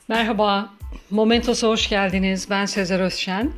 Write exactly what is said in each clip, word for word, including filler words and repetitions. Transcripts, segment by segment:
Merhaba, Momentos'a hoş geldiniz. Ben Sezer Özşen.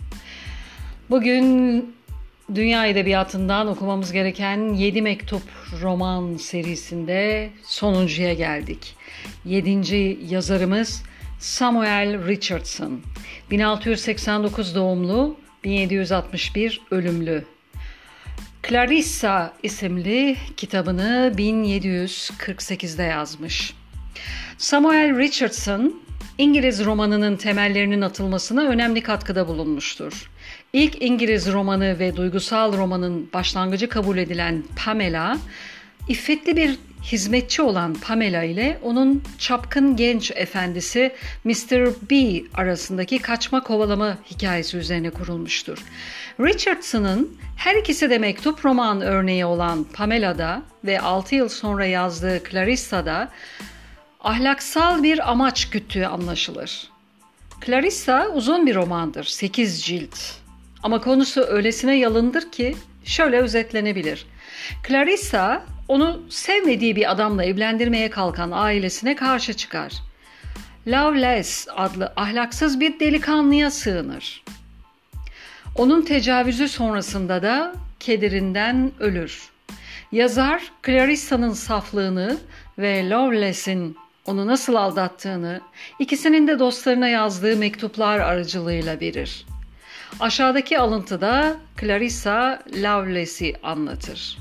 Bugün dünya edebiyatından okumamız gereken yedi Mektup roman serisinde sonuncuya geldik. Yedinci yazarımız Samuel Richardson. bin altı yüz seksen dokuz doğumlu, bin yedi yüz altmış bir ölümlü. Clarissa isimli kitabını bin yedi yüz kırk sekizde yazmış. Samuel Richardson, İngiliz romanının temellerinin atılmasına önemli katkıda bulunmuştur. İlk İngiliz romanı ve duygusal romanın başlangıcı kabul edilen Pamela, iffetli bir hizmetçi olan Pamela ile onun çapkın genç efendisi mister B arasındaki kaçma kovalama hikayesi üzerine kurulmuştur. Richardson'ın her ikisi de mektup roman örneği olan Pamela'da ve altı yıl sonra yazdığı Clarissa'da ahlaksal bir amaç güttüğü anlaşılır. Clarissa uzun bir romandır, sekiz cilt. Ama konusu öylesine yalındır ki şöyle özetlenebilir. Clarissa onu sevmediği bir adamla evlendirmeye kalkan ailesine karşı çıkar. Lovelace adlı ahlaksız bir delikanlıya sığınır. Onun tecavüzü sonrasında da kederinden ölür. Yazar Clarissa'nın saflığını ve Lovelace'in onu nasıl aldattığını, ikisinin de dostlarına yazdığı mektuplar aracılığıyla verir. Aşağıdaki alıntıda Clarissa Lovelace'i anlatır.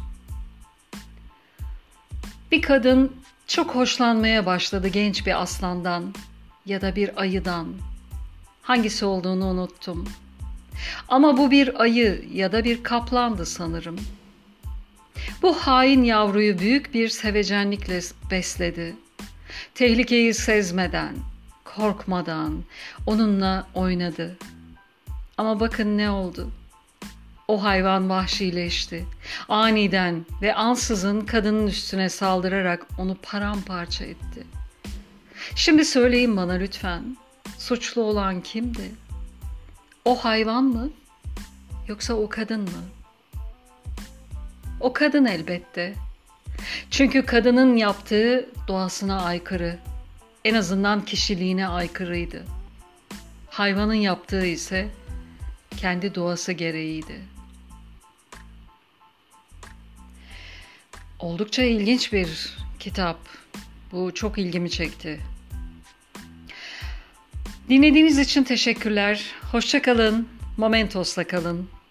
Bir kadın çok hoşlanmaya başladı genç bir aslandan ya da bir ayıdan. Hangisi olduğunu unuttum. Ama bu bir ayı ya da bir kaplandı sanırım. Bu hain yavruyu büyük bir sevecenlikle besledi. Tehlikeyi sezmeden, korkmadan onunla oynadı. Ama bakın ne oldu? O hayvan vahşileşti. Aniden ve ansızın kadının üstüne saldırarak onu paramparça etti. Şimdi söyleyin bana lütfen, suçlu olan kimdi? O hayvan mı? Yoksa o kadın mı? O kadın elbette. Çünkü kadının yaptığı doğasına aykırı, en azından kişiliğine aykırıydı. Hayvanın yaptığı ise kendi doğası gereğiydi. Oldukça ilginç bir kitap. Bu çok ilgimi çekti. Dinlediğiniz için teşekkürler. Hoşça kalın. Momentos'la kalın.